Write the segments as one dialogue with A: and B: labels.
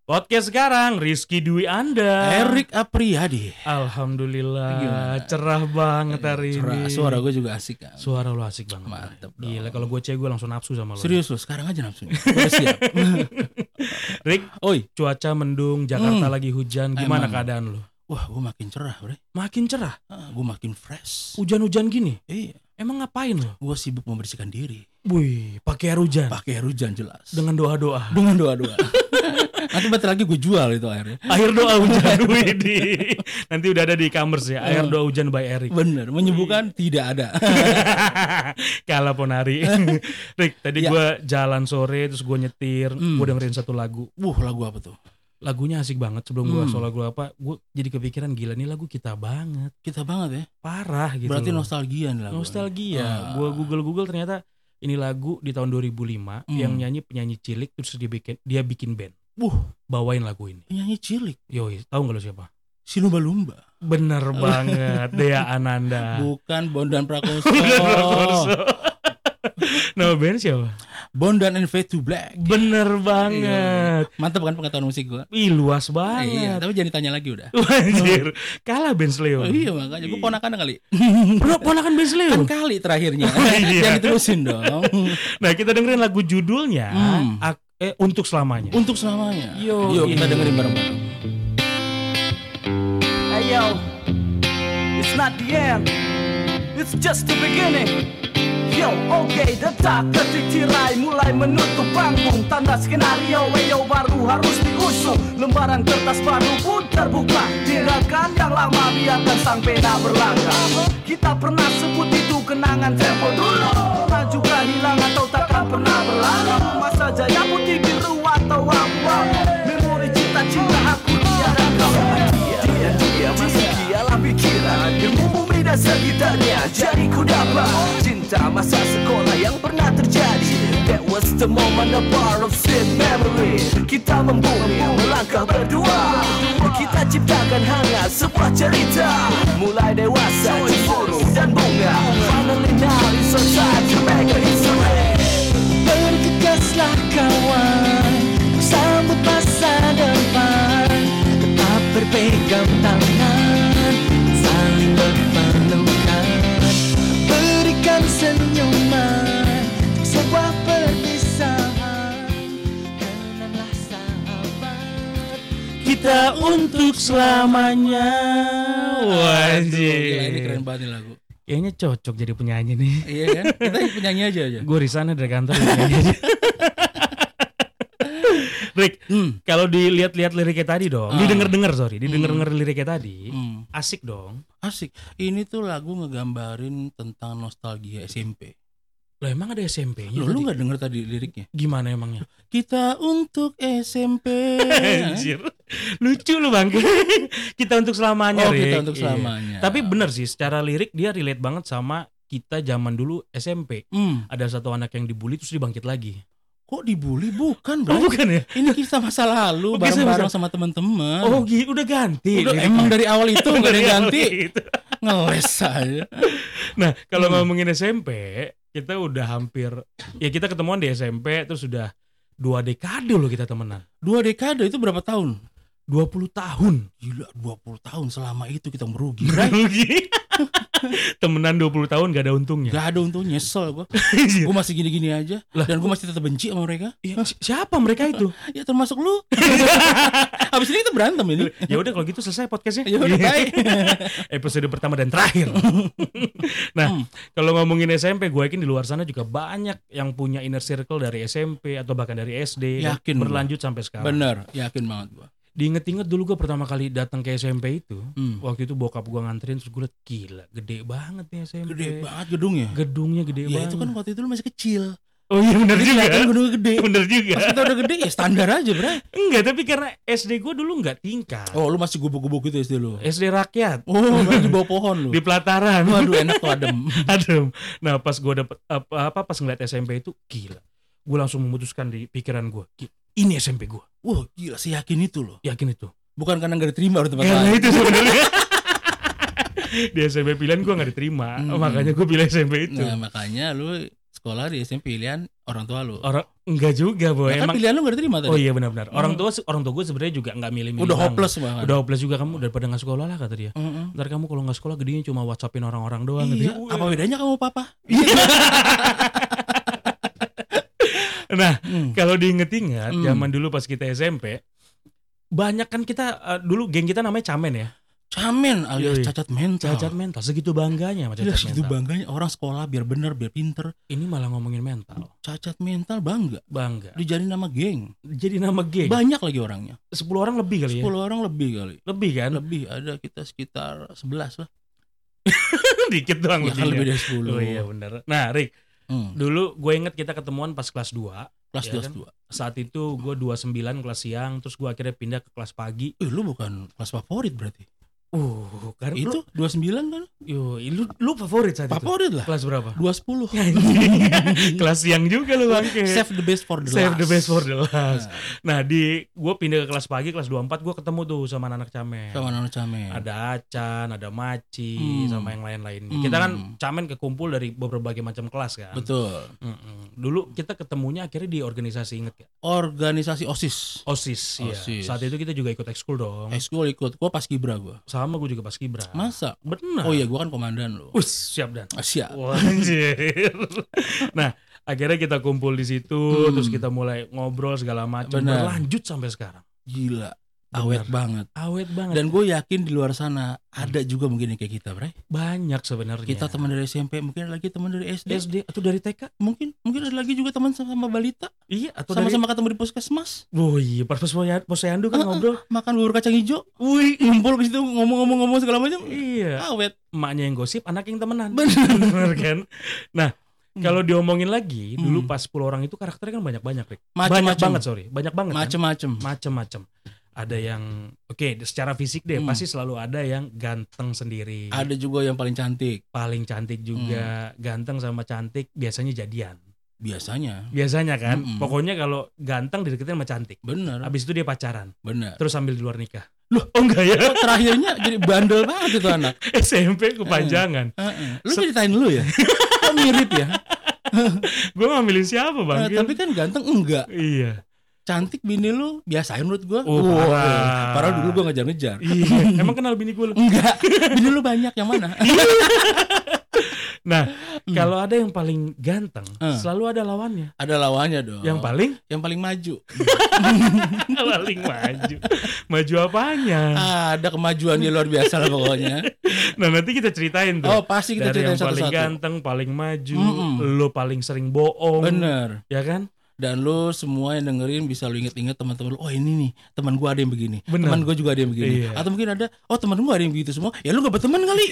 A: Podcast sekarang Rizky Dwi Anda,
B: Erik Apriyadi.
A: Alhamdulillah.
B: Gimana?
A: Cerah banget hari ini.
B: Suara gue juga asik kan.
A: Suara lu asik banget.
B: Mantep dong.
A: Gila, kalau gue cewek gue langsung nafsu sama lu.
B: Serius lu, sekarang aja nafsu. Udah siap.
A: Rick,
B: Oi,
A: cuaca mendung, Jakarta lagi hujan. Gimana keadaan lu?
B: wah gue makin cerah bre.
A: Makin cerah.
B: Gue makin fresh.
A: Hujan-hujan gini.
B: Iya,
A: Emang ngapain lu?
B: gue sibuk membersihkan diri.
A: Wih, pakai air hujan.
B: Pakai air hujan jelas.
A: Dengan doa-doa.
B: Dengan doa-doa. Nanti bentar lagi gue jual itu airnya.
A: Air doa hujan. Widih. Nanti udah ada di e-commerce ya. Air doa hujan by Erik.
B: Bener, menyembuhkan tidak ada.
A: Kalah Ponari. Rick, tadi
B: Ya.
A: gue jalan sore terus gue nyetir, gue dengerin satu lagu.
B: Lagu apa tuh?
A: Lagunya asik banget. Sebelum gue soal lagu apa, gue jadi kepikiran gila nih lagu kita banget.
B: Kita banget ya.
A: Parah gitu.
B: Berarti
A: loh.
B: nostalgia nih lagu.
A: Nostalgia. Gue Google ternyata ini lagu di tahun 2005 yang nyanyi penyanyi cilik terus dia bikin band. Bawain lagu ini.
B: Penyanyi cilik.
A: Yoi, tahu nggak lo siapa?
B: Si lumba-lumba.
A: Bener banget, Dea Ananda.
B: Bukan Bondan Prakoso.
A: Bukan Prakoso. Nama band siapa?
B: Bondan and Fade to Black.
A: Bener banget.
B: Mantap kan pengetahuan musik gua.
A: Ih, luas
B: Iya,
A: banget.
B: tapi jangan ditanya lagi udah.
A: Anjir, kalah Ben Sleo.
B: Iya makanya gua ponakan kali.
A: Bro, ponakan Ben Sleo.
B: Kan kali terakhirnya.
A: Iya.
B: Jangan diterusin dong.
A: Nah, kita dengerin lagu judulnya Untuk Selamanya.
B: Untuk selamanya.
A: Yo,
B: Yuk kita dengerin bareng-bareng.
C: Hey yo, it's not the end, it's just the beginning. Yo, oke, detak ketik tirai mulai menutup panggung. Tanda skenario, yo baru harus diusung. Lembaran kertas baru pun terbuka. Tinggalkan yang lama, biarkan sang pena berlangkah. Kita pernah sebut itu kenangan tempo dulu. Majukan hilang atau takkan pernah berlalu. Masa jaya putih biru atau abu-abu. Memori cinta-cinta aku tiada kau. Dia masih dalam pikiran. Ilmu bumi dan sekitarnya jadi ku dapat. Cinta masa sekolah yang pernah terjadi. That was the moment, a part of sweet memory. Kita membumi, melangkah berdua. Kita ciptakan hangat sebuah cerita. Mulai dewasa, cemburu dan bunga. Finally now it's our time to make a history. Bergegaslah kawan, sambut masa depan. Tetap berpegang tangan, saling berpelukan. Berikan senyuman, sebuah perpisahan. Kenanglah sahabat,
A: Kita untuk selamanya. Wah,
B: Gila, ini
A: anjir.
B: keren banget nih lagu.
A: Kayaknya cocok jadi penyanyi nih.
B: Iya kan? Kita penyanyi aja.
A: Gue resign dari kantor penyanyi aja. Rick, kalau dilihat-lihat liriknya tadi dong, didengar liriknya tadi, asik dong.
B: Asik. Ini tuh lagu ngegambarin tentang nostalgia SMP.
A: Lah emang ada SMP-nya?
B: Lu nggak denger tadi liriknya?
A: Gimana emangnya?
B: Kita untuk SMP.
A: Anjir, lucu lu bang. Kita untuk selamanya.
B: Oh,
A: Rick.
B: kita untuk
A: Iya.
B: selamanya.
A: Tapi bener sih, secara lirik dia relate banget sama kita zaman dulu SMP. Ada satu anak yang dibully terus dibangkit lagi.
B: Kok dibully? Bukan,
A: Oh,
B: bro.
A: bukan ya?
B: Ini kisah masa lalu,
A: Oh, kisah
B: bareng-bareng
A: masa-
B: sama teman-teman.
A: Oh gitu, udah ganti.
B: Udah,
A: liriknya.
B: emang dari awal itu nggak ada yang ganti.
A: Gitu.
B: Ngeles aja.
A: Nah, kalau ngomongin SMP, kita udah hampir, ya kita ketemuan di SMP, terus udah 2 dekade loh kita temenan.
B: 2 dekade itu berapa tahun?
A: 20 tahun.
B: Gila, 20 tahun selama itu kita merugi. Bray.
A: Rugi. Temenan 20 tahun gak ada untungnya.
B: Gak ada untung, nyesel gue. Gue masih gini-gini aja. Dan gue masih tetap benci sama mereka.
A: Ya, siapa mereka itu?
B: Ya termasuk lu. Habis ini kita berantem ini.
A: Ya udah kalau gitu selesai podcastnya.
B: Ya udah, baik.
A: Episode pertama dan terakhir. Nah, kalau ngomongin SMP, gue yakin di luar sana juga banyak yang punya inner circle dari SMP atau bahkan dari SD.
B: Yakin
A: berlanjut sampai sekarang.
B: Bener, yakin banget gue.
A: Diinget-inget dulu gue pertama kali datang ke SMP itu, waktu itu bokap gue nganterin, terus gue liat gila, gede banget nih SMP.
B: Gede banget gedungnya.
A: Gedungnya gede
B: Ya
A: banget.
B: itu kan waktu itu lu masih kecil.
A: Oh iya benar juga.
B: Kan gedungnya gede.
A: Bener juga.
B: Pas kita udah gede ya standar aja, Bray.
A: Enggak, tapi karena SD gue dulu nggak tingkat.
B: Oh, lu masih gubuk-gubuk gitu SD lu.
A: SD rakyat.
B: Oh, di bawah pohon lu.
A: Di pelataran.
B: Waduh, enak tuh adem.
A: Adem. Nah, pas gue dapet pas ngeliat SMP itu gila. Gue langsung memutuskan di pikiran gue, ini SMP gue.
B: Wah, gila, saya yakin itu loh.
A: Yakin itu.
B: Bukan karena gak diterima di tempat
A: Karena
B: lain.
A: itu sebenarnya. Di SMP pilihan gue gak diterima, makanya gue pilih SMP itu.
B: Nah, makanya lu sekolah di SMP pilihan orang tua lu.
A: Orang enggak juga, Boy.
B: Kan
A: Emang
B: pilihan lu enggak diterima tadi.
A: Oh iya benar-benar. Orang tua gue sebenarnya juga enggak milih-milih.
B: Udah hopeless banget.
A: Udah hopeless juga, kamu daripada enggak sekolah lah kata dia. Ntar kamu kalau enggak sekolah gedenya cuma WhatsAppin orang-orang doang gitu.
B: Apa bedanya kamu papa?
A: Nah, kalau diinget-inget zaman dulu pas kita SMP, banyak kan kita dulu geng kita namanya Camen ya.
B: Camen alias cacat mental.
A: Cacat mental, segitu bangganya sama cacat mental.
B: Segitu bangganya orang sekolah biar bener, biar pinter.
A: Ini malah ngomongin mental.
B: Cacat mental bangga. Dijadiin nama geng.
A: Jadi nama geng.
B: Banyak lagi orangnya.
A: 10 orang lebih kali
B: 10 orang lebih kali.
A: Lebih kan?
B: Lebih, ada kita sekitar 11 lah.
A: Dikit doang
B: ya, kan lebih dari 10.
A: Oh iya bener. Nah Rick, dulu gue inget kita ketemuan pas kelas 2.
B: Kelas
A: ya
B: 2.
A: Kan? Saat itu gue 29 kelas siang, terus gue akhirnya pindah ke kelas pagi.
B: Lu bukan kelas favorit berarti?
A: Kan
B: itu 29 kan?
A: Yo, lu favorit saat
B: favorit
A: itu?
B: Lah.
A: Kelas berapa?
B: 210.
A: Kelas siang juga lu bangke.
B: Save the best for the last.
A: Nah, gue pindah ke kelas pagi, kelas 24 gue ketemu tuh sama anak Camen. Ada Acan, ada Maci, sama yang lain-lainnya. Kita kan Camen kekumpul dari berbagai macam kelas kan.
B: Betul.
A: Dulu kita ketemunya akhirnya di organisasi, inget gak?
B: Organisasi OSIS.
A: Iya. Saat itu kita juga ikut ekskul dong.
B: Ekskul ikut. Gue paskibra gue.
A: Sama gue juga paskibra.
B: Masa?
A: Benar.
B: Oh iya, gue kan komandan lo.
A: Siap dan.
B: Siap.
A: Anjir. Nah, akhirnya kita kumpul di situ, terus kita mulai ngobrol segala macam. Berlanjut sampai sekarang.
B: Gila. Awet banget. Dan gue yakin di luar sana ada juga mungkin yang kayak kita, Bray.
A: Banyak sebenarnya.
B: Kita teman dari SMP, mungkin ada lagi teman dari SD
A: atau dari TK.
B: Mungkin ada lagi juga teman sama balita.
A: Iya, atau
B: sama-sama ketemu di puskesmas.
A: Oh iya, pas posyandu kan ngobrol,
B: makan bubur kacang hijau. Wih, ngumpul di situ ngomong-ngomong segala macam.
A: Iya.
B: Awet.
A: Emaknya yang gosip, anak yang temenan. Bener kan? Nah, kalau diomongin lagi, dulu pas 10 orang itu karakternya kan banyak-banyak, Rick. Banyak banget. Macem-macem. Ada yang secara fisik deh pasti selalu ada yang ganteng sendiri.
B: Ada juga yang paling cantik.
A: Paling cantik juga. Ganteng sama cantik biasanya jadian.
B: Biasanya
A: kan. Pokoknya kalau ganteng dideketin sama cantik.
B: Bener.
A: Habis itu dia pacaran.
B: Bener.
A: Terus sambil di luar nikah.
B: Loh, enggak ya? Terakhirnya jadi bandel banget itu anak.
A: SMP kepanjangan.
B: Lu ceritain dulu ya. Kok mirip ya?
A: Gue ngambilin siapa bang?
B: Tapi kan ganteng enggak.
A: Iya.
B: Cantik bini lu biasain menurut gue. Padahal dulu gue ngejar-ngejar.
A: Iya. Emang kenal bini gue?
B: Enggak. Bini lu banyak, yang mana?
A: Nah, kalau ada yang paling ganteng, selalu ada lawannya.
B: Ada lawannya dong.
A: Yang
B: paling maju.
A: Paling maju. Maju apanya?
B: Ada kemajuan dia luar biasa lah pokoknya.
A: Nah, nanti kita ceritain tuh.
B: Oh, pasti kita ceritain satu-satu.
A: Dari yang paling ganteng, paling maju, lo paling sering bohong.
B: Bener.
A: Ya kan?
B: Dan lo semua yang dengerin bisa lo inget-inget teman-teman lo. Oh ini nih teman gue ada yang begini.
A: Bener.
B: Teman gue juga ada yang begini. Iya. Atau mungkin ada. Oh teman gue ada yang begitu semua. Ya lo gak berteman kali.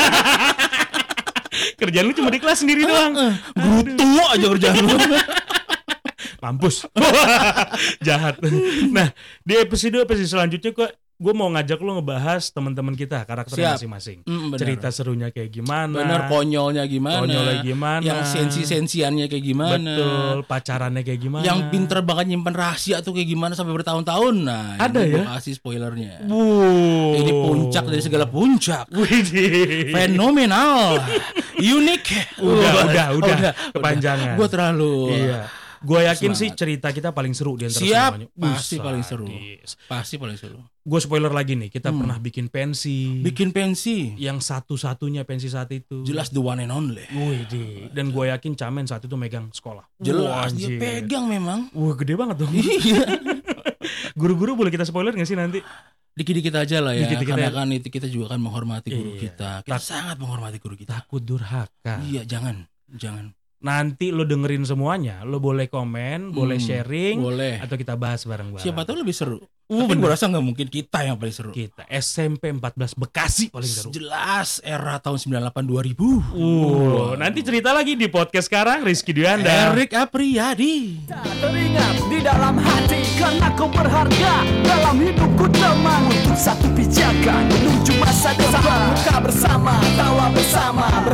A: Kerjaan lu cuma di kelas sendiri doang.
B: Bruto aja kerjaan lu.
A: Mampus. Jahat. Nah di episode selanjutnya gue mau ngajak lu ngebahas teman-teman kita karakternya masing-masing. Cerita serunya kayak gimana.
B: Bener, konyolnya gimana. Yang sensi-sensiannya kayak gimana.
A: Betul, pacarannya kayak gimana.
B: Yang pinter banget nyimpen rahasia tuh kayak gimana sampai bertahun-tahun. Nah
A: ada ya?
B: Gue kasih spoilernya. Ini puncak dari segala puncak. Fenomenal. Unik.
A: Udah kepanjangan.
B: Gue terlalu.
A: Iya. Gue yakin sih cerita kita paling seru di antara semuanya.
B: Pasti paling seru. Pasti paling seru.
A: Gue spoiler lagi nih, kita pernah bikin pensi. Yang satu-satunya pensi saat itu.
B: Jelas the one and only.
A: Dan gue yakin Camen saat itu megang sekolah.
B: Jelas dia pegang memang.
A: Gede banget dong. Guru-guru boleh kita spoiler gak sih nanti?
B: Dikit-dikit aja lah ya. Karena kan itu kita juga kan menghormati guru kita. Kita sangat menghormati guru kita.
A: Takut durhaka.
B: Iya, jangan.
A: Nanti lo dengerin semuanya, lo boleh komen, boleh sharing,
B: boleh.
A: Atau kita bahas bareng-bareng.
B: Siapa tahu lebih seru. Tapi gue rasa gak mungkin kita yang paling seru.
A: Kita SMP 14 Bekasi paling seru.
B: Jelas era tahun 98-2000.
A: Nanti cerita lagi di podcast sekarang. Rizky Dwianda,
B: Erik Apriyadi.
C: Tak teringat di dalam hati karena kau berharga dalam hidupku, teman untuk satu pijakan menuju masa depan. Muka bersama, tawa bersama.